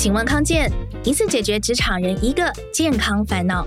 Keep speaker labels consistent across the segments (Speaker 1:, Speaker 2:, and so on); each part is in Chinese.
Speaker 1: 请问康健，一次解决职场人一个健康烦恼。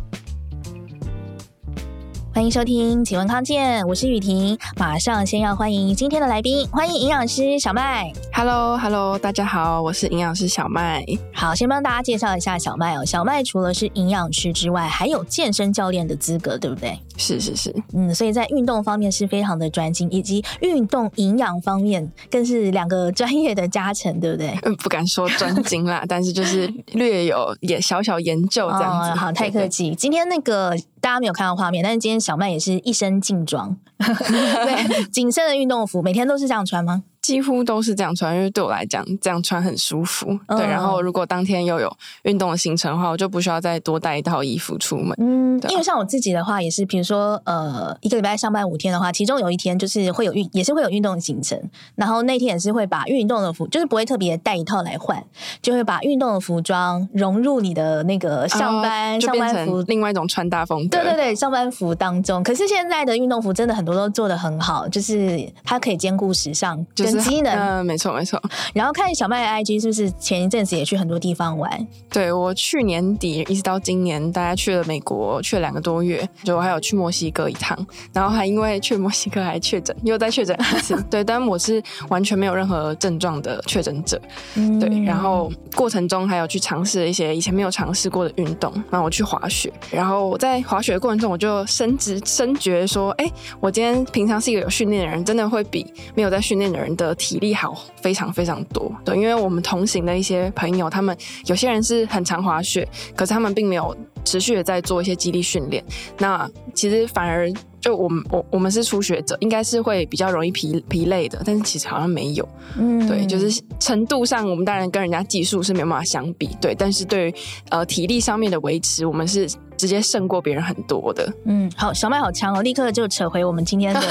Speaker 1: 欢迎收听请问康健，我是雨婷。马上先要欢迎今天的来宾，欢迎营养师小麦。
Speaker 2: Hello， 大家好，我是营养师小麦。
Speaker 1: 好，先帮大家介绍一下小麦哦。小麦除了是营养师之外，还有健身教练的资格，对不对？
Speaker 2: 是。
Speaker 1: 所以在运动方面是非常的专精，以及运动营养方面更是两个专业的加成，对不对？
Speaker 2: 不敢说专精啦，但是就是略有也小小研究这样子。
Speaker 1: 好，太客气。今天那个大家没有看到画面，但是今天小麦也是一身劲装，对，紧身的运动服，每天都是这样穿吗？
Speaker 2: 几乎都是这样穿，因为对我来讲这样穿很舒服。对，然后如果当天又有运动的行程的话，我就不需要再多带一套衣服出门。
Speaker 1: 因为像我自己的话也是，比如说一个礼拜上班5天的话，其中有一天就是也是会有运动的行程，然后那天也是会把运动的服，就是不会特别带一套来换，就会把运动的服装融入你的那个上班服，
Speaker 2: 另外一种穿搭风格。
Speaker 1: 对，上班服当中。可是现在的运动服真的很多都做得很好，就是它可以兼顾时尚跟机能。
Speaker 2: 没错。
Speaker 1: 然后看小麦的 IG 是不是前一阵子也去很多地方玩？
Speaker 2: 对，我去年底一直到今年大概去了美国，去了2个多月，就我还有去墨西哥一趟，然后还因为去墨西哥还确诊，又再确诊一次。对，但我是完全没有任何症状的确诊者。对，然后过程中还有去尝试一些以前没有尝试过的运动，然后我去滑雪，然后我在滑雪的过程中我就深觉说，我今天平常是一个有训练的人，真的会比没有在训练的人的体力好非常非常多。对，因为我们同行的一些朋友，他们有些人是很常滑雪，可是他们并没有持续的在做一些肌力训练，那其实反而就我们是初学者，应该是会比较容易疲累的，但是其实好像没有。对，就是程度上我们当然跟人家技术是没有办法相比，对，但是对于体力上面的维持，我们是直接胜过别人很多的。
Speaker 1: 好，小麦好强哦，立刻就扯回我们今天的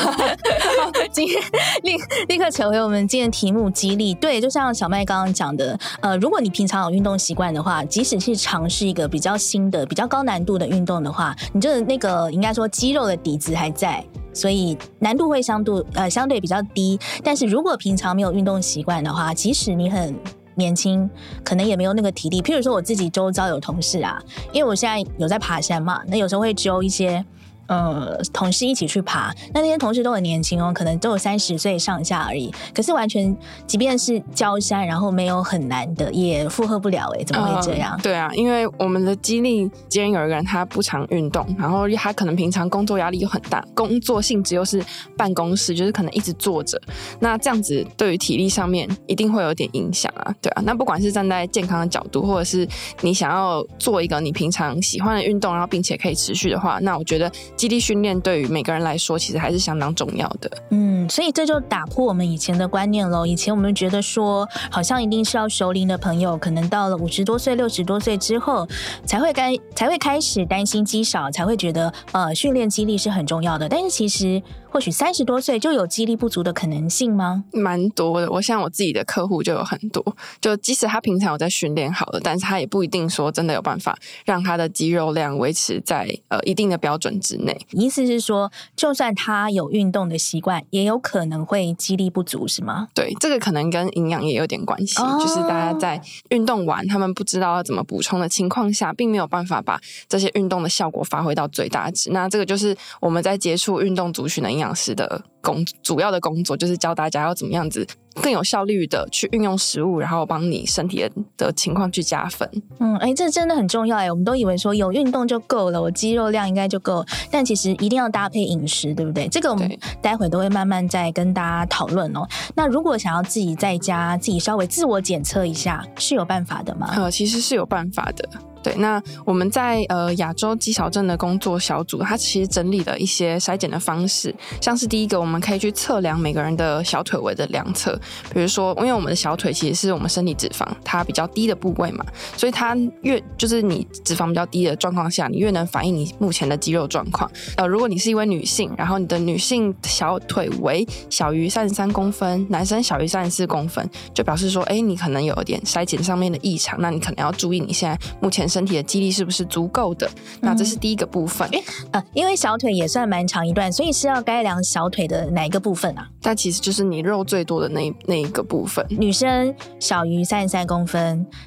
Speaker 1: 立刻扯回我们今天的题目肌力。对，就像小麦刚刚讲的，如果你平常有运动习惯的话，即使是尝试一个比较新的比较高难度的运动的话，你就那个应该说肌肉的底子还在，所以难度会相对比较低。但是如果平常没有运动习惯的话，即使你很年轻，可能也没有那个体力。譬如说我自己周遭有同事啊，因为我现在有在爬山嘛，那有时候会揪一些同事一起去爬，那些同事都很年轻哦，可能都有30岁上下而已，可是完全即便是郊山，然后没有很难的也负荷不了。怎么会这样？
Speaker 2: 对啊，因为我们的肌力，今天有一个人他不常运动，然后他可能平常工作压力又很大，工作性质又是办公室，就是可能一直坐着，那这样子对于体力上面一定会有点影响啊。对啊，那不管是站在健康的角度，或者是你想要做一个你平常喜欢的运动，然后并且可以持续的话，那我觉得肌力训练对于每个人来说其实还是相当重要的。
Speaker 1: 所以这就打破我们以前的观念咯。以前我们觉得说好像一定是要熟龄的朋友，可能到了50多岁60多岁之后才会开始担心肌少，才会觉得训练肌力是很重要的。但是其实或许30多岁就有肌力不足的可能性吗？
Speaker 2: 蛮多的，我像我自己的客户就有很多，就即使他平常有在训练好了，但是他也不一定说真的有办法让他的肌肉量维持在一定的标准之内。
Speaker 1: 意思是说就算他有运动的习惯，也有可能会肌力不足是吗？
Speaker 2: 对，这个可能跟营养也有点关系，就是大家在运动完他们不知道要怎么补充的情况下，并没有办法把这些运动的效果发挥到最大值。那这个就是我们在接触运动族群的营养师的主要的工作，就是教大家要怎么样子更有效率的去运用食物，然后帮你身体的情况去加分。
Speaker 1: 这真的很重要。我们都以为说有运动就够了，我肌肉量应该就够，但其实一定要搭配饮食，对不对？这个我们待会都会慢慢再跟大家讨论哦。那如果想要自己在家自己稍微自我检测一下，是有办法的吗？
Speaker 2: 其实是有办法的。对，那我们在亚洲肌少症的工作小组，它其实整理了一些筛检的方式，像是第一个，我们可以去测量每个人的小腿围的量测，比如说，因为我们的小腿其实是我们身体脂肪它比较低的部位嘛，所以它就是你脂肪比较低的状况下，你越能反映你目前的肌肉状况。如果你是一位女性，然后你的女性小腿围小于33公分，男生小于34公分，就表示说，你可能有点筛检上面的异常，那你可能要注意你现在目前身体的肌力是不是足够的。那这是第一个部分。
Speaker 1: 因为小腿也算蛮长一段，所以是要该量小腿的哪一个部分啊？
Speaker 2: 但其实就是你肉最多的那一个部分。
Speaker 1: 女生小于33公分，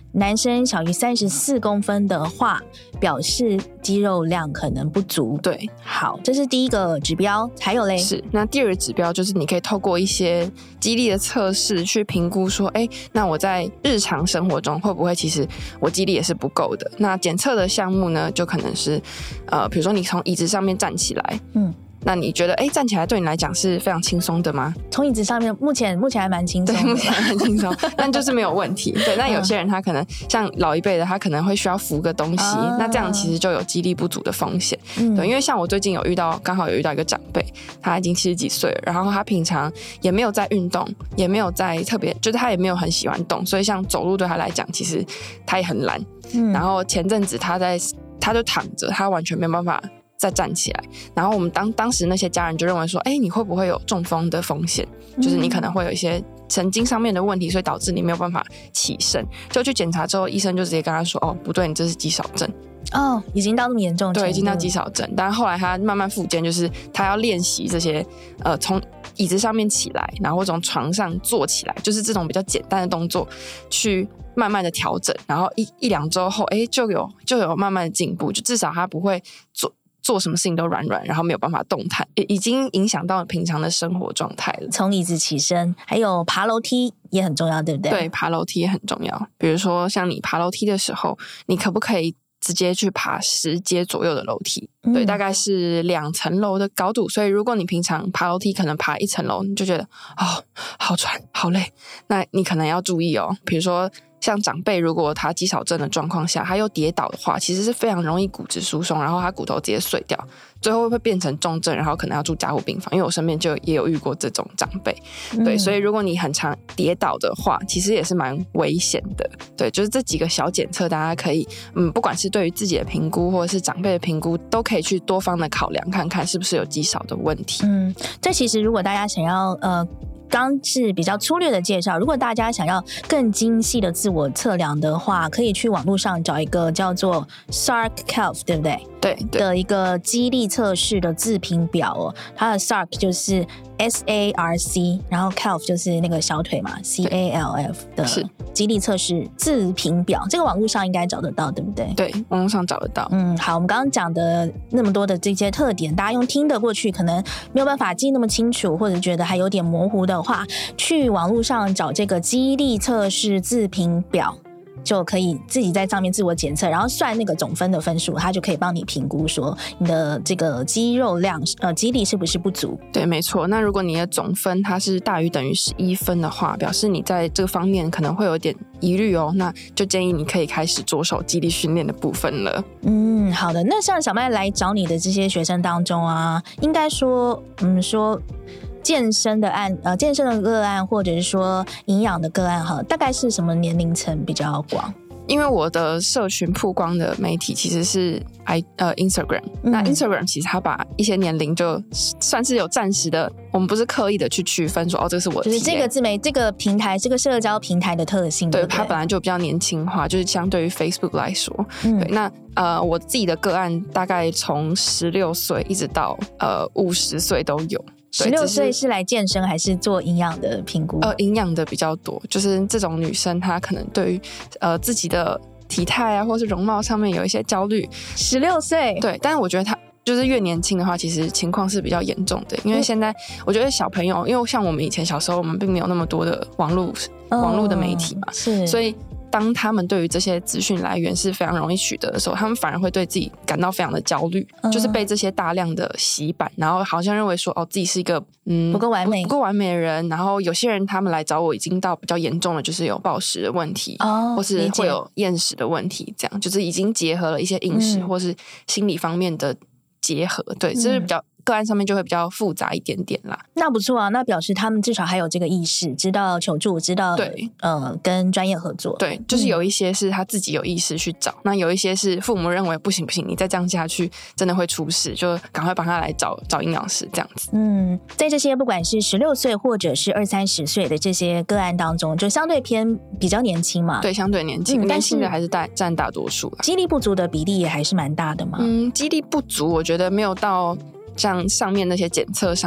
Speaker 1: 男生小于34公分的话，表示肌肉量可能不足。
Speaker 2: 对，
Speaker 1: 好，这是第一个指标。还有嘞？
Speaker 2: 是。那第二个指标就是你可以透过一些肌力的测试去评估说，那我在日常生活中会不会其实我肌力也是不够的。那检测的项目呢，就可能是比如说你从椅子上面站起来，那你觉得站起来对你来讲是非常轻松的吗？
Speaker 1: 从椅子上面目前还蛮轻松的，
Speaker 2: 对，目前还蛮轻松，但就是没有问题。对，那有些人他可能像老一辈的，他可能会需要扶个东西，那这样其实就有肌力不足的风险。对，因为像我最近刚好有遇到一个长辈，他已经70几岁了，然后他平常也没有在运动，也没有在特别，就是他也没有很喜欢动，所以像走路对他来讲，其实他也很懒。然后前阵子他就躺着，他完全没有办法再站起来，然后我们当时那些家人就认为说，你会不会有中风的风险？就是你可能会有一些神经上面的问题，所以导致你没有办法起身。就去检查之后，医生就直接跟他说，不对，你这是肌少症。
Speaker 1: 已经到那么严重，
Speaker 2: 对，已经到肌少症。但后来他慢慢复健，就是他要练习这些从椅子上面起来，然后从床上坐起来，就是这种比较简单的动作，去慢慢的调整，然后一两周后，就有慢慢的进步，就至少他不会做什么事情都软软，然后没有办法动弹，已经影响到平常的生活状态了。
Speaker 1: 从椅子起身，还有爬楼梯也很重要，对不对？
Speaker 2: 对，爬楼梯也很重要。比如说像你爬楼梯的时候，你可不可以直接去爬10阶左右的楼梯？对，大概是2层楼的高度。所以如果你平常爬楼梯可能爬1层楼，你就觉得好喘好累，那你可能要注意哦。比如说像长辈，如果他肌少症的状况下，他又跌倒的话，其实是非常容易骨质疏松，然后他骨头直接碎掉，最后会变成重症，然后可能要住加护病房。因为我身边也有遇过这种长辈。对，所以如果你很常跌倒的话，其实也是蛮危险的。对，就是这几个小检测，大家可以不管是对于自己的评估或者是长辈的评估，都可以去多方的考量，看看是不是有肌少的问题。
Speaker 1: 这其实如果大家想要刚是比较粗略的介绍，如果大家想要更精细的自我测量的话，可以去网络上找一个叫做 SARC-CALF 对不对？
Speaker 2: 对的一
Speaker 1: 个肌力测试的自评表它的 SARC 就是 SARC， 然后 CALF 就是那个小腿嘛 CALF 的肌力测试自评表，这个网络上应该找得到对不对？
Speaker 2: 对，网络上找得到。
Speaker 1: 好，我们刚刚讲的那么多的这些特点，大家用听的过去可能没有办法记那么清楚，或者觉得还有点模糊的话，去网络上找这个肌力测试自评表，就可以自己在上面自我检测，然后算那个总分的分数，它就可以帮你评估说你的这个肌肉量肌力是不是不足。
Speaker 2: 对，没错。那如果你的总分它是大于等于11分的话，表示你在这个方面可能会有点疑虑哦，那就建议你可以开始着手肌力训练的部分了。
Speaker 1: 好的。那像小麦来找你的这些学生当中啊，应该说健身的个案，或者是说营养的个案大概是什么年龄层比较广？
Speaker 2: 因为我的社群曝光的媒体其实是Instagram，那 Instagram 其实它把一些年龄就算是有暂时的，我们不是刻意的去区分说这是我的体验，
Speaker 1: 就是这个自媒这个平台这个社交平台的特性。
Speaker 2: 对，它本来就比较年轻化，就是相对于 Facebook 来说。对，那我自己的个案大概从16岁一直到50岁都有。
Speaker 1: 16岁是来健身还是做营养的评估？
Speaker 2: 营养的比较多，就是这种女生她可能对于自己的体态啊或是容貌上面有一些焦虑。
Speaker 1: 16岁？
Speaker 2: 对，但是我觉得她就是越年轻的话，其实情况是比较严重的。因为现在我觉得小朋友，因为像我们以前小时候，我们并没有那么多的网络的媒体嘛，
Speaker 1: 是，
Speaker 2: 所以当他们对于这些资讯来源是非常容易取得的时候，他们反而会对自己感到非常的焦虑，就是被这些大量的洗版，然后好像认为说自己是一个
Speaker 1: 不够完美
Speaker 2: 的人。然后有些人他们来找我已经到比较严重的，就是有暴食的问题，或是会有厌食的问题，这样就是已经结合了一些饮食或是心理方面的结合。对，这是比较个案上面就会比较复杂一点点啦。
Speaker 1: 那不错啊，那表示他们至少还有这个意识，知道求助，知道跟专业合作。
Speaker 2: 对，就是有一些是他自己有意识去找，那有一些是父母认为不行，你再这样下去真的会出事，就赶快帮他来找营养师这样子。
Speaker 1: 在这些不管是16岁或者是20-30岁的这些个案当中，就相对偏比较年轻嘛。
Speaker 2: 对，相对年轻，年轻的还是占大多数啦。
Speaker 1: 肌力不足的比例也还是蛮大的嘛。
Speaker 2: 肌力不足我觉得没有到像上面那些检测上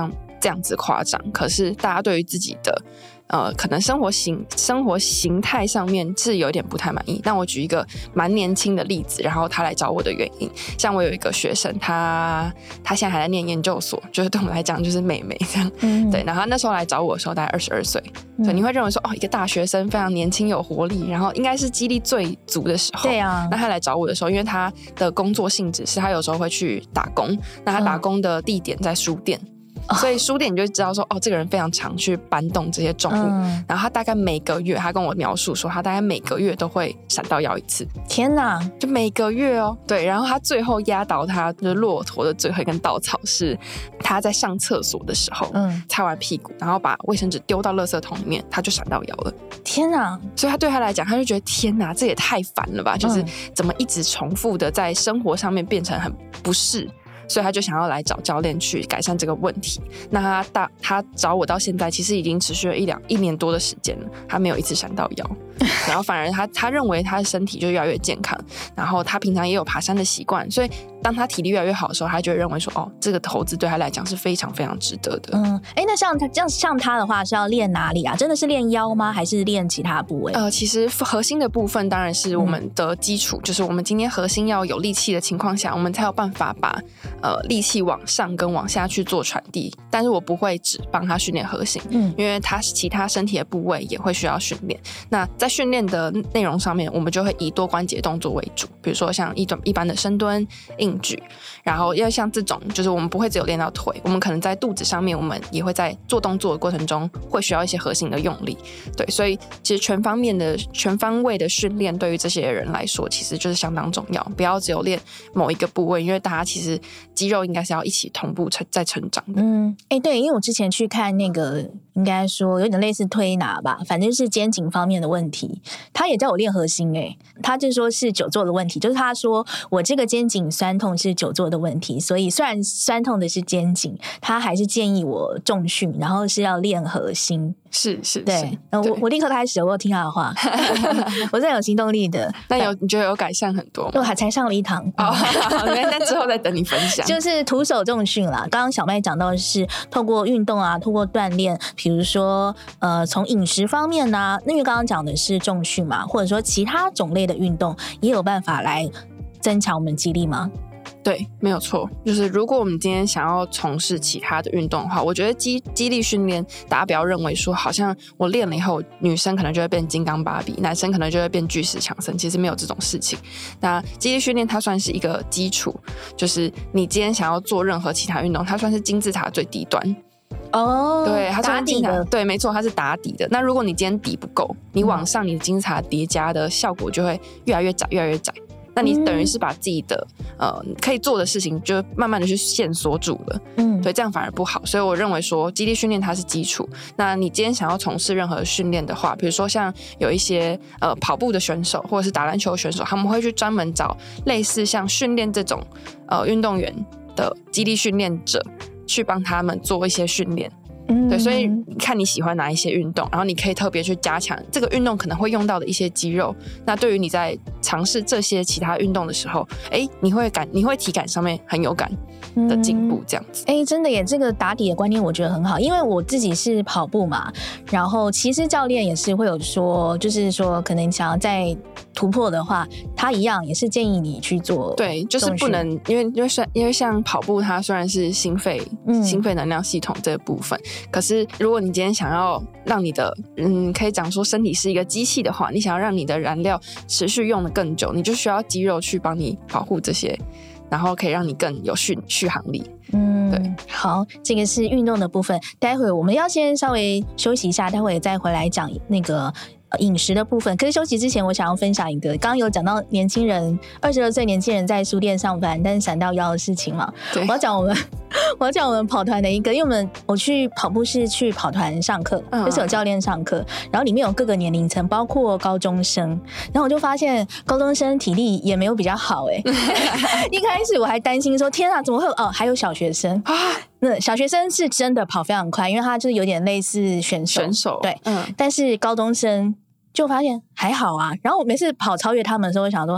Speaker 2: 这样子夸张，可是大家对于自己的可能生活形态上面是有点不太满意。那我举一个蛮年轻的例子，然后他来找我的原因，像我有一个学生，他现在还在念研究所，就是对我们来讲就是妹妹这样，对。然后他那时候来找我的时候大概22岁，所以你会认为说一个大学生非常年轻有活力，然后应该是肌力最足的时候。
Speaker 1: 对啊。
Speaker 2: 那他来找我的时候，因为他的工作性质是他有时候会去打工，那他打工的地点在书店。所以书店你就知道说这个人非常常去搬动这些重物，然后他大概每个月，他跟我描述说他大概每个月都会闪到腰一次。
Speaker 1: 天哪，
Speaker 2: 就每个月对。然后他最后压倒他就是骆驼的最后一根稻草是他在上厕所的时候，擦完屁股然后把卫生纸丢到垃圾桶里面，他就闪到腰了。
Speaker 1: 天哪！
Speaker 2: 所以他对他来讲，他就觉得天哪，这也太烦了吧，就是怎么一直重复的在生活上面变成很不适，所以他就想要来找教练去改善这个问题。那他找我到现在其实已经持续了一年多的时间了，他没有一次闪到腰，然后反而他认为他的身体就越来越健康，然后他平常也有爬山的习惯，所以当他体力越来越好的时候，他就会认为说这个投资对他来讲是非常非常值得的。
Speaker 1: 那像他的话是要练哪里啊？真的是练腰吗？还是练其他部位？
Speaker 2: 其实核心的部分当然是我们的基础，就是我们今天核心要有力气的情况下，我们才有办法把力气往上跟往下去做传递。但是我不会只帮他训练核心，因为他其他身体的部位也会需要训练。那在训练的内容上面，我们就会以多关节动作为主，比如说像一般的深蹲、硬举，然后要像这种，就是我们不会只有练到腿，我们可能在肚子上面，我们也会在做动作的过程中会需要一些核心的用力。对，所以其实全方位的训练对于这些人来说，其实就是相当重要，不要只有练某一个部位，因为大家其实肌肉应该是要一起同步在成长的。
Speaker 1: 对，因为我之前去看那个，应该说有点类似推拿吧，反正是肩颈方面的问题，他也叫我练核心。他就说是久坐的问题，就是他说我这个肩颈酸痛是久坐的问题，所以虽然酸痛的是肩颈，他还是建议我重训，然后是要练核心。
Speaker 2: 是，
Speaker 1: 对，我立刻开始，我有听他的话，我是有行动力的。
Speaker 2: 那你觉得有改善很多吗？
Speaker 1: 我还才上了一堂
Speaker 2: 那之后再等你分享。
Speaker 1: 就是徒手重训啦。刚刚小麦讲到的是透过运动啊，透过锻炼，比如说从饮食方面啊，因为刚刚讲的是重训嘛，或者说其他种类的运动也有办法来增强我们肌力吗？
Speaker 2: 对，没有错。就是如果我们今天想要从事其他的运动的话，我觉得肌力训练，大家不要认为说好像我练了以后，女生可能就会变金刚芭比，男生可能就会变巨石强森，其实没有这种事情。那肌力训练它算是一个基础，就是你今天想要做任何其他运动，它算是金字塔最低端。对，它
Speaker 1: 打底的，
Speaker 2: 对，没错，它是打底的。那如果你今天底不够，你往上你的金字塔叠加的效果就会越来越窄，越来越窄。那你等于是把自己的可以做的事情就慢慢的去限缩住了，对，这样反而不好。所以我认为说肌力训练它是基础。那你今天想要从事任何训练的话，比如说像有一些跑步的选手或者是打篮球的选手，他们会去专门找类似像训练这种运动员的肌力训练者去帮他们做一些训练。对，所以看你喜欢哪一些运动，然后你可以特别去加强这个运动可能会用到的一些肌肉。那对于你在尝试这些其他运动的时候，你会体感上面很有感的进步，这样子。
Speaker 1: 真的耶，这个打底的观念我觉得很好，因为我自己是跑步嘛，然后其实教练也是会有说，就是说可能想要再突破的话，他一样也是建议你去做。
Speaker 2: 对，就是不能因为像跑步，它虽然是心肺能量系统这个部分。可是如果你今天想要让你的可以讲说身体是一个机器的话，你想要让你的燃料持续用得更久，你就需要肌肉去帮你保护这些，然后可以让你更有续航力。对，
Speaker 1: 好，这个是运动的部分。待会我们要先稍微休息一下，待会再回来讲那个饮食的部分。可是休息之前我想要分享一个，刚刚有讲到年轻人22岁年轻人在书店上班但是闪到腰的事情嘛。我要讲我们跑团的一个，因为我去跑步是去跑团上课，就是有教练上课，然后里面有各个年龄层，包括高中生，然后我就发现高中生体力也没有比较好一开始我还担心说天啊怎么会有还有小学生啊。那小学生是真的跑非常快，因为他就是有点类似选手对，但是高中生就发现还好啊。然后我每次跑超越他们的时候，我想说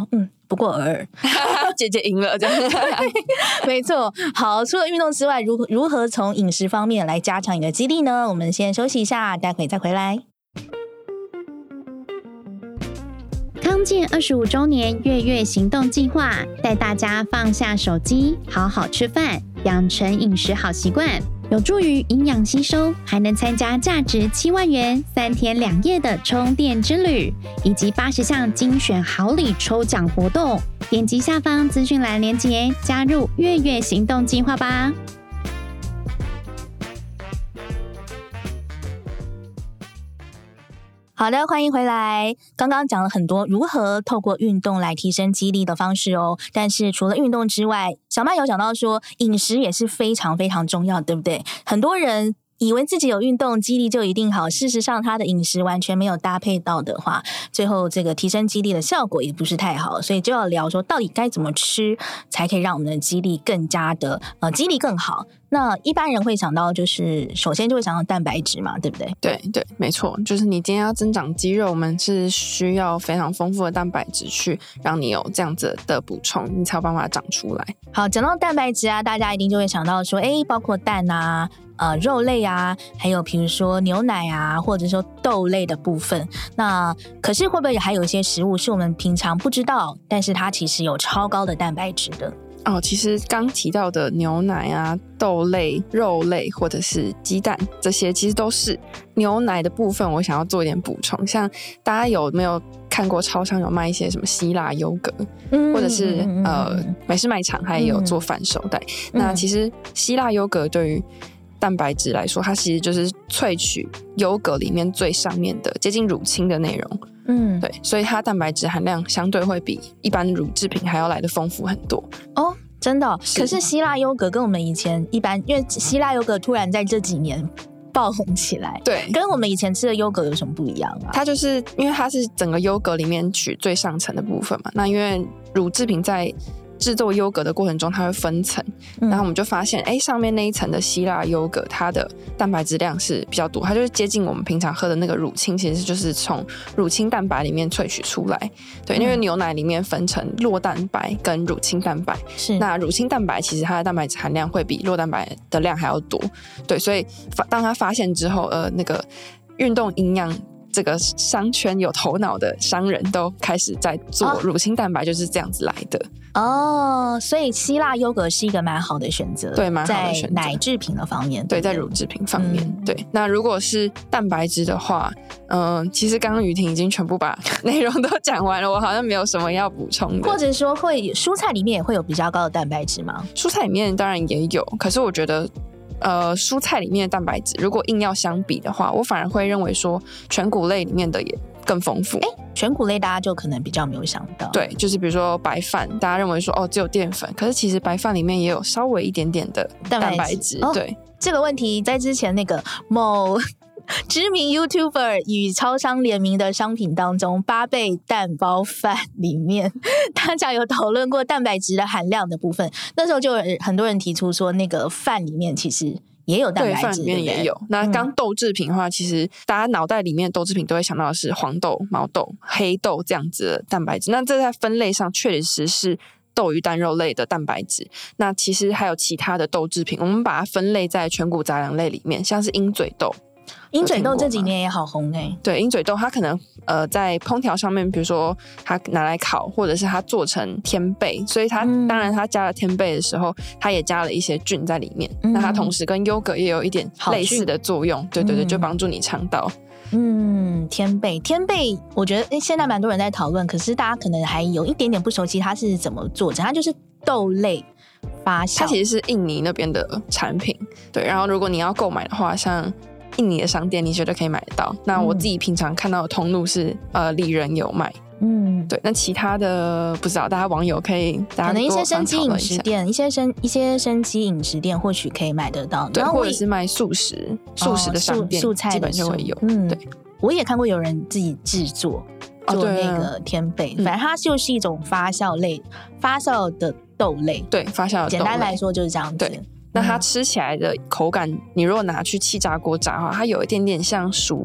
Speaker 1: 不过偶尔。
Speaker 2: 姐姐赢了，这样
Speaker 1: 没错。好，除了运动之外，如何从饮食方面来加强你的肌力呢？我们先休息一下，待会再回来。
Speaker 3: 康健25周年月月行动计划，带大家放下手机，好好吃饭，养成饮食好习惯，有助于营养吸收，还能参加价值7万元3天2夜的充电之旅，以及80项精选好礼抽奖活动。点击下方资讯栏连结，加入月月行动计划吧。
Speaker 1: 好的，欢迎回来。刚刚讲了很多如何透过运动来提升肌力的方式哦。但是除了运动之外，小麦有讲到说饮食也是非常非常重要，对不对？很多人以为自己有运动肌力就一定好，事实上他的饮食完全没有搭配到的话，最后这个提升肌力的效果也不是太好。所以就要聊说到底该怎么吃才可以让我们的肌力更加的肌力更好。那一般人会想到就是首先就会想到蛋白质嘛，对不对？
Speaker 2: 对对，没错，就是你今天要增长肌肉，我们是需要非常丰富的蛋白质去让你有这样子的补充，你才有办法长出来。
Speaker 1: 好，讲到蛋白质啊，大家一定就会想到说包括蛋啊肉类啊，还有比如说牛奶啊，或者说豆类的部分。那可是会不会还有一些食物是我们平常不知道，但是它其实有超高的蛋白质的？
Speaker 2: 其实刚提到的牛奶啊、豆类、肉类或者是鸡蛋，这些其实都是。牛奶的部分我想要做一点补充，像大家有没有看过超商有卖一些什么希腊优格，或者是美式卖场还有做反手袋。那其实希腊优格对于蛋白质来说，它其实就是萃取优格里面最上面的接近乳清的内容。对，所以它蛋白质含量相对会比一般乳制品还要来得丰富很多。
Speaker 1: 哦，真的可是希腊优格跟我们以前一般，因为希腊优格突然在这几年爆红起来，
Speaker 2: 对，
Speaker 1: 跟我们以前吃的优格有什么不一样啊？
Speaker 2: 它就是因为它是整个优格里面取最上层的部分嘛，那因为乳制品在制作优格的过程中它会分层，然后我们就发现上面那一层的希腊优格它的蛋白质量是比较多，它就是接近我们平常喝的那个乳清，其实就是从乳清蛋白里面萃取出来。对，因为牛奶里面分成酪蛋白跟乳清蛋白，是那乳清蛋白其实它的蛋白质含量会比酪蛋白的量还要多。对，所以当他发现之后那个运动营养这个商圈有头脑的商人都开始在做乳清蛋白，就是这样子来的。
Speaker 1: 所以希腊优格是一个蛮好的选择，
Speaker 2: 对，蛮好的选择，
Speaker 1: 在奶制品的方面，
Speaker 2: 对，在乳制品方面，对。那如果是蛋白质的话，其实刚刚雨婷已经全部把内容都讲完了，我好像没有什么要补充的。
Speaker 1: 或者说蔬菜里面也会有比较高的蛋白质吗？
Speaker 2: 蔬菜里面当然也有，可是我觉得蔬菜里面的蛋白质如果硬要相比的话，我反而会认为说全谷类里面的也更丰富。
Speaker 1: 全谷类大家就可能比较没有想到，
Speaker 2: 对，就是比如说白饭，大家认为说只有淀粉，可是其实白饭里面也有稍微一点点的蛋白质。对，
Speaker 1: 这个问题在之前那个某知名 YouTuber 与超商联名的商品当中，8倍蛋包饭里面，大家有讨论过蛋白质的含量的部分。那时候就有很多人提出说，那个饭里面其实也有蛋白质，
Speaker 2: 对，饭里面也有。那刚豆制品的话，其实大家脑袋里面豆制品都会想到的是黄豆、毛豆、黑豆这样子的蛋白质。那这在分类上确实是豆鱼蛋肉类的蛋白质。那其实还有其他的豆制品，我们把它分类在全谷杂粮类里面，像是鹰嘴豆。
Speaker 1: 鹰嘴豆这几年也好红
Speaker 2: 对，鹰嘴豆它可能在烹调上面，比如说它拿来烤，或者是它做成天贝，所以它当然它加了天贝的时候，它也加了一些菌在里面。那它同时跟优格也有一点类似的作用，对对对，就帮助你肠道。
Speaker 1: 天贝，我觉得现在蛮多人在讨论，可是大家可能还有一点点不熟悉它是怎么做的。它就是豆类发酵，
Speaker 2: 它其实是印尼那边的产品。对，然后如果你要购买的话，像印尼的商店你觉得可以买得到。那我自己平常看到的通路是里仁有卖。对，那其他的不知道，大家网友可能
Speaker 1: 一些生机饮食店，一些生机饮食店或许可以买得到，
Speaker 2: 对，或者是卖素食的商店，
Speaker 1: 素菜
Speaker 2: 基本就会有。对，
Speaker 1: 我也看过有人自己制作做那个天贝，反正它就是一种发酵的豆类，
Speaker 2: 对，发酵的豆类，
Speaker 1: 简单来说就是这样子。
Speaker 2: 对，那它吃起来的口感，你如果拿去气炸锅炸的话，它有一点点像薯饼。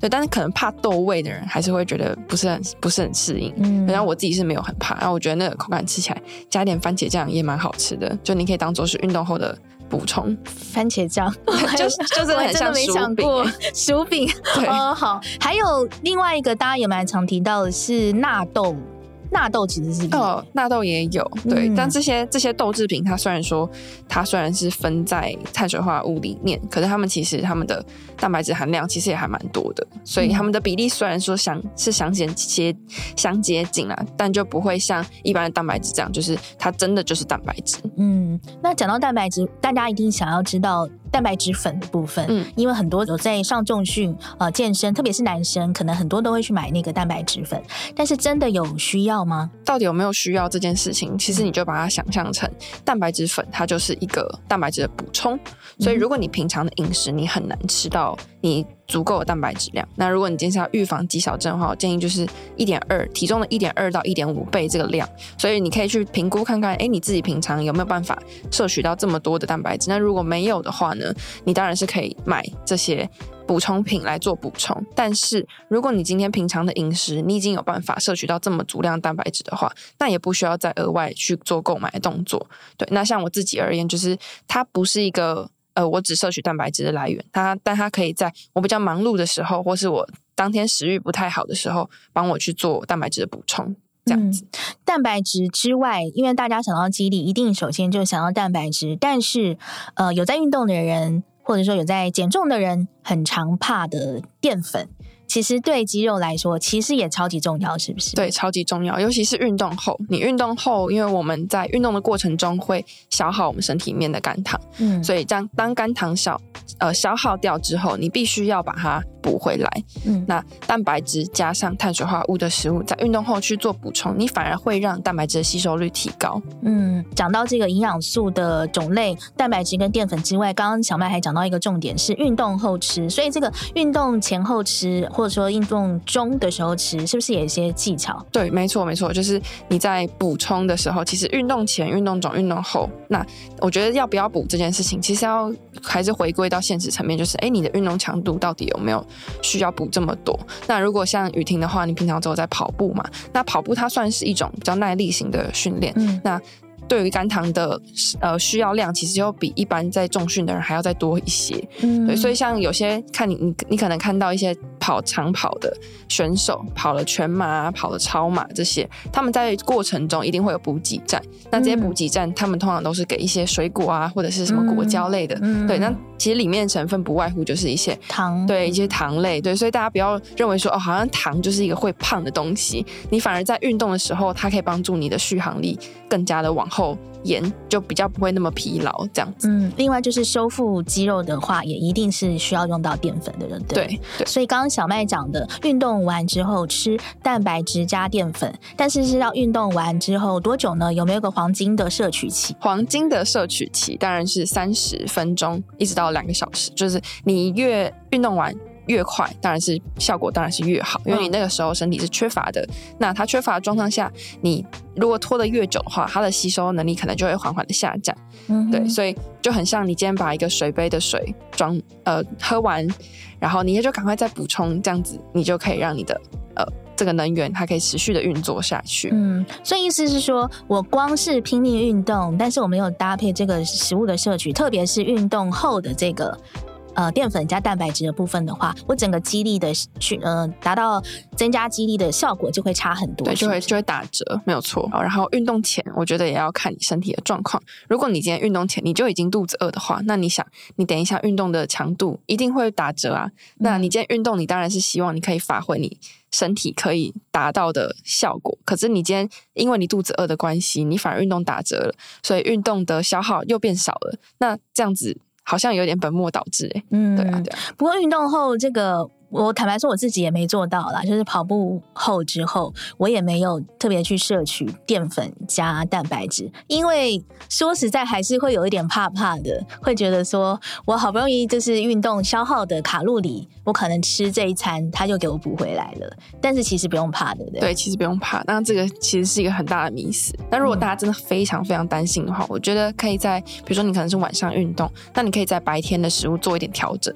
Speaker 2: 对，但是可能怕豆味的人还是会觉得不是很适应。然后我自己是没有很怕，然后我觉得那个口感吃起来加点番茄酱也蛮好吃的，就你可以当做是运动后的补充。
Speaker 1: 番茄酱
Speaker 2: 就是很像薯饼
Speaker 1: 薯饼哦。好，还有另外一个大家也蛮常提到的是纳豆。纳豆其实是
Speaker 2: 纳豆也有，对，但这些豆制品它虽然是分在碳水化合物里面，可是它们其实它们的蛋白质含量其实也还蛮多的，所以它们的比例虽然说相接近啦，但就不会像一般的蛋白质这样，就是它真的就是蛋白质。
Speaker 1: 那讲到蛋白质，大家一定想要知道蛋白质粉的部分，因为很多有在上重训健身，特别是男生，可能很多都会去买那个蛋白质粉，但是真的有需要吗？
Speaker 2: 到底有没有需要这件事情，其实你就把它想象成蛋白质粉，它就是一个蛋白质的补充。所以如果你平常的饮食你很难吃到你足够的蛋白质量，那如果你今天是要预防肌少症的话，我建议就是体重的 1.2 到 1.5 倍这个量。所以你可以去评估看看，你自己平常有没有办法摄取到这么多的蛋白质。那如果没有的话呢，你当然是可以买这些补充品来做补充。但是如果你今天平常的饮食你已经有办法摄取到这么足量蛋白质的话，那也不需要再额外去做购买的动作。对，那像我自己而言，就是它不是一个我只摄取蛋白质的来源，但它可以在我比较忙碌的时候，或是我当天食欲不太好的时候，帮我去做蛋白质的补充。这样子，
Speaker 1: 蛋白质之外，因为大家想到肌力，一定首先就想到蛋白质，但是有在运动的人，或者说有在减重的人，很常怕的淀粉。其实对肌肉来说其实也超级重要，是不是？
Speaker 2: 对，超级重要，尤其是运动后。你运动后，因为我们在运动的过程中会消耗我们身体里面的肝糖，所以当肝糖消耗掉之后，你必须要把它补回来。那蛋白质加上碳水化合物的食物在运动后去做补充，你反而会让蛋白质的吸收率提高。
Speaker 1: 讲到这个营养素的种类，蛋白质跟淀粉之外，刚刚小麦还讲到一个重点是运动后吃，所以这个运动前后吃，或者说运动中的时候吃，是不是有一些技巧？
Speaker 2: 对，没错，就是你在补充的时候，其实运动前、运动中、运动后，那我觉得要不要补这件事情，其实还是回归到现实层面，就是你的运动强度到底有没有需要补这么多？那如果像雨婷的话，你平常只有在跑步嘛，那跑步它算是一种比较耐力型的训练，那对于肝糖的需要量其实就比一般在重训的人还要再多一些。对，所以像有些你可能看到一些长跑的选手，跑了全马、跑了超马这些，他们在过程中一定会有补给站。那这些补给站他们通常都是给一些水果啊，或者是什么果胶类的。对，那其实里面成分不外乎就是一些
Speaker 1: 糖，
Speaker 2: 对，一些糖类。对，所以大家不要认为说好像糖就是一个会胖的东西，你反而在运动的时候，它可以帮助你的续航力更加的往后延，就比较不会那么疲劳这样子。
Speaker 1: 另外就是修复肌肉的话，也一定是需要用到淀粉的人。
Speaker 2: 对，
Speaker 1: 所以刚刚小麦讲的，运动完之后吃蛋白质加淀粉，但是是要运动完之后多久呢？有没有个黄金的摄取期？
Speaker 2: 黄金的摄取期当然是30分钟一直到2个小时，就是你越运动完越快，当然是效果当然是越好，因为你那个时候身体是缺乏的。那它缺乏的状况下，你如果拖得越久的话，它的吸收能力可能就会缓缓的下降。对，所以就很像你今天把一个水杯的水喝完，然后你就赶快再补充，这样子你就可以让你的这个能源它可以持续的运作下去。
Speaker 1: 所以意思是说，我光是拼命运动，但是我没有搭配这个食物的摄取，特别是运动后的这个淀粉加蛋白质的部分的话，我整个肌力的达到增加肌力的效果就会差很多。对，就
Speaker 2: 会打折，没有错。然后运动前我觉得也要看你身体的状况，如果你今天运动前你就已经肚子饿的话，那你想你等一下运动的强度一定会打折啊。那你今天运动，你当然是希望你可以发挥你身体可以达到的效果，可是你今天因为你肚子饿的关系，你反而运动打折了，所以运动的消耗又变少了，那这样子好像有点本末倒置。对啊。
Speaker 1: 不过运动后这个，我坦白说我自己也没做到啦，就是跑步后之后我也没有特别去摄取淀粉加蛋白质，因为说实在还是会有一点怕的，会觉得说我好不容易就是运动消耗的卡路里，我可能吃这一餐它就给我补回来了，但是其实不用怕，对不对？
Speaker 2: 对，其实不用怕，那这个其实是一个很大的迷思。那如果大家真的非常非常担心的话，我觉得可以在比如说你可能是晚上运动，那你可以在白天的食物做一点调整。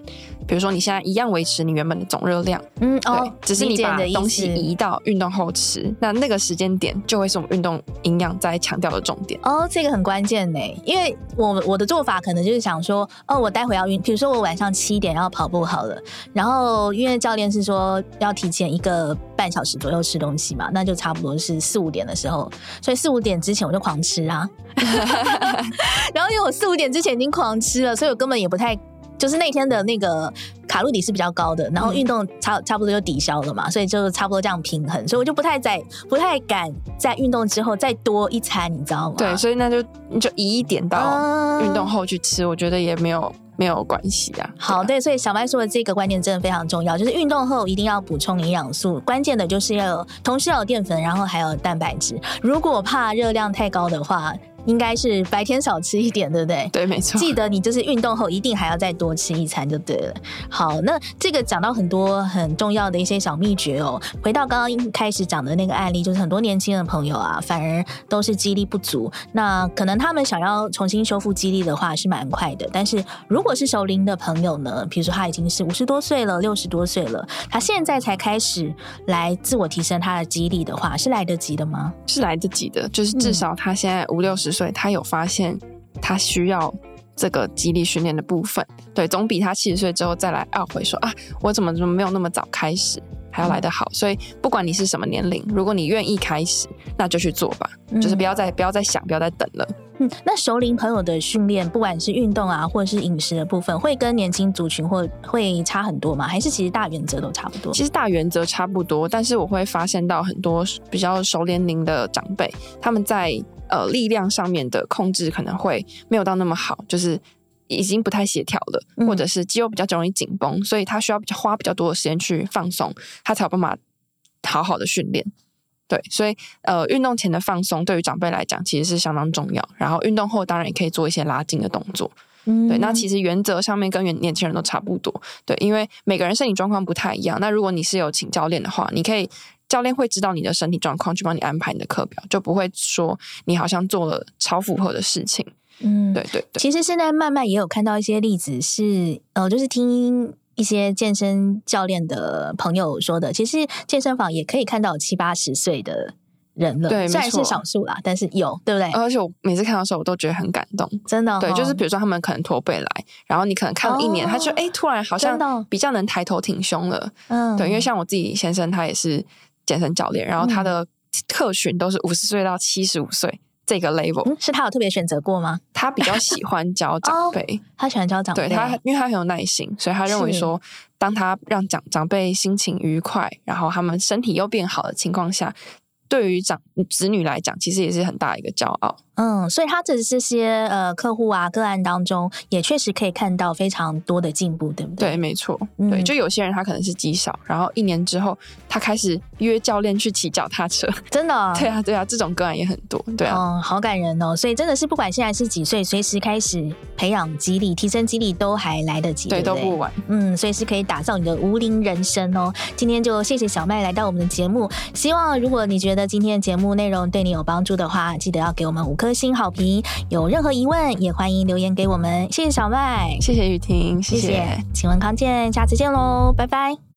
Speaker 2: 比如说你现在一样维持你原本的总热量，只是你把东西移到运动后吃，那个时间点就会是我们运动营养在强调的重点。
Speaker 1: 这个很关键呢，因为我的做法可能就是想说，我待会要比如说我晚上7点要跑步好了，然后因为教练是说要提前1个半小时左右吃东西嘛，那就差不多是4、5点的时候，所以4、5点之前我就狂吃啊，然后因为我4、5点之前已经狂吃了，所以我根本也不太。就是那天的那个卡路里是比较高的，然后运动差不多就抵消了嘛，所以就差不多这样平衡，所以我就不太敢在运动之后再多一餐，你知道吗？
Speaker 2: 对，所以那就移一点到运动后去吃，我觉得也没有关系啊。
Speaker 1: 好，对，所以小麦说的这个观念真的非常重要，就是运动后一定要补充营养素，关键的就是同时要有淀粉，然后还有蛋白质。如果怕热量太高的话，应该是白天少吃一点，对不对？
Speaker 2: 对，没错。
Speaker 1: 记得你就是运动后一定还要再多吃一餐就对了。好，那这个讲到很多很重要的一些小秘诀哦。回到刚刚一开始讲的那个案例，就是很多年轻的朋友啊，反而都是肌力不足。那可能他们想要重新修复肌力的话是蛮快的，但是如果是熟龄的朋友呢，比如说他已经是50多岁了、60多岁了，他现在才开始来自我提升他的肌力的话，是来得及的吗？
Speaker 2: 是来得及的，就是至少他现在50、60岁，他有发现他需要这个肌力训练的部分，对，总比他70岁之后再来懊悔说我怎么没有那么早开始还要来得好。所以不管你是什么年龄，如果你愿意开始，那就去做吧，就是不要再想，不要再等了。
Speaker 1: 那熟龄朋友的训练，不管是运动啊，或者是饮食的部分，会跟年轻族群会差很多吗？还是其实大原则都差不多？
Speaker 2: 其实大原则差不多，但是我会发现到很多比较熟年龄的长辈，他们在力量上面的控制可能会没有到那么好，就是已经不太协调了，或者是肌肉比较容易紧绷，所以他需要花比较多的时间去放松，他才有办法好好的训练。对，所以运动前的放松对于长辈来讲其实是相当重要，然后运动后当然也可以做一些拉筋的动作。对，那其实原则上面跟年轻人都差不多。对，因为每个人身体状况不太一样，那如果你是有请教练的话，你可以教练会知道你的身体状况，去帮你安排你的课表，就不会说你好像做了超负荷的事情。对对对。
Speaker 1: 其实现在慢慢也有看到一些例子是就是听一些健身教练的朋友说的，其实健身房也可以看到70、80岁的人了，
Speaker 2: 对，
Speaker 1: 虽然是少数啦，但是有，对不对？
Speaker 2: 而且我每次看到的时候，我都觉得很感动，
Speaker 1: 真的。
Speaker 2: 对，就是比如说他们可能驼背来，然后你可能看了1年，他就突然好像比较能抬头挺胸了。对，因为像我自己先生，他也是健身教练，然后他的客群都是50岁到75岁。这个 level
Speaker 1: 是他有特别选择过吗？
Speaker 2: 他比较喜欢教长辈，
Speaker 1: 他喜欢教长辈，
Speaker 2: 对他，因为他很有耐心，所以他认为说，当他让长辈心情愉快，然后他们身体又变好的情况下，对于子女来讲，其实也是很大一个骄傲。
Speaker 1: 所以他这些客户啊个案当中，也确实可以看到非常多的进步，对不对？
Speaker 2: 对，没错。对，就有些人他可能是肌少，然后1年之后，他开始约教练去骑脚踏车，
Speaker 1: 真的？
Speaker 2: 对啊，这种个案也很多。对啊，
Speaker 1: 好感人哦。所以真的是不管现在是几岁，随时开始培养肌力、提升肌力都还来得及，
Speaker 2: 对，
Speaker 1: 对不对？
Speaker 2: 都不晚。
Speaker 1: 随时可以打造你的无龄人生哦。今天就谢谢小麦来到我们的节目，希望如果你觉得今天的节目内容对你有帮助的话，记得要给我们5颗星好评。有任何疑问也欢迎留言给我们。谢谢小麦，
Speaker 2: 谢谢雨婷，谢谢。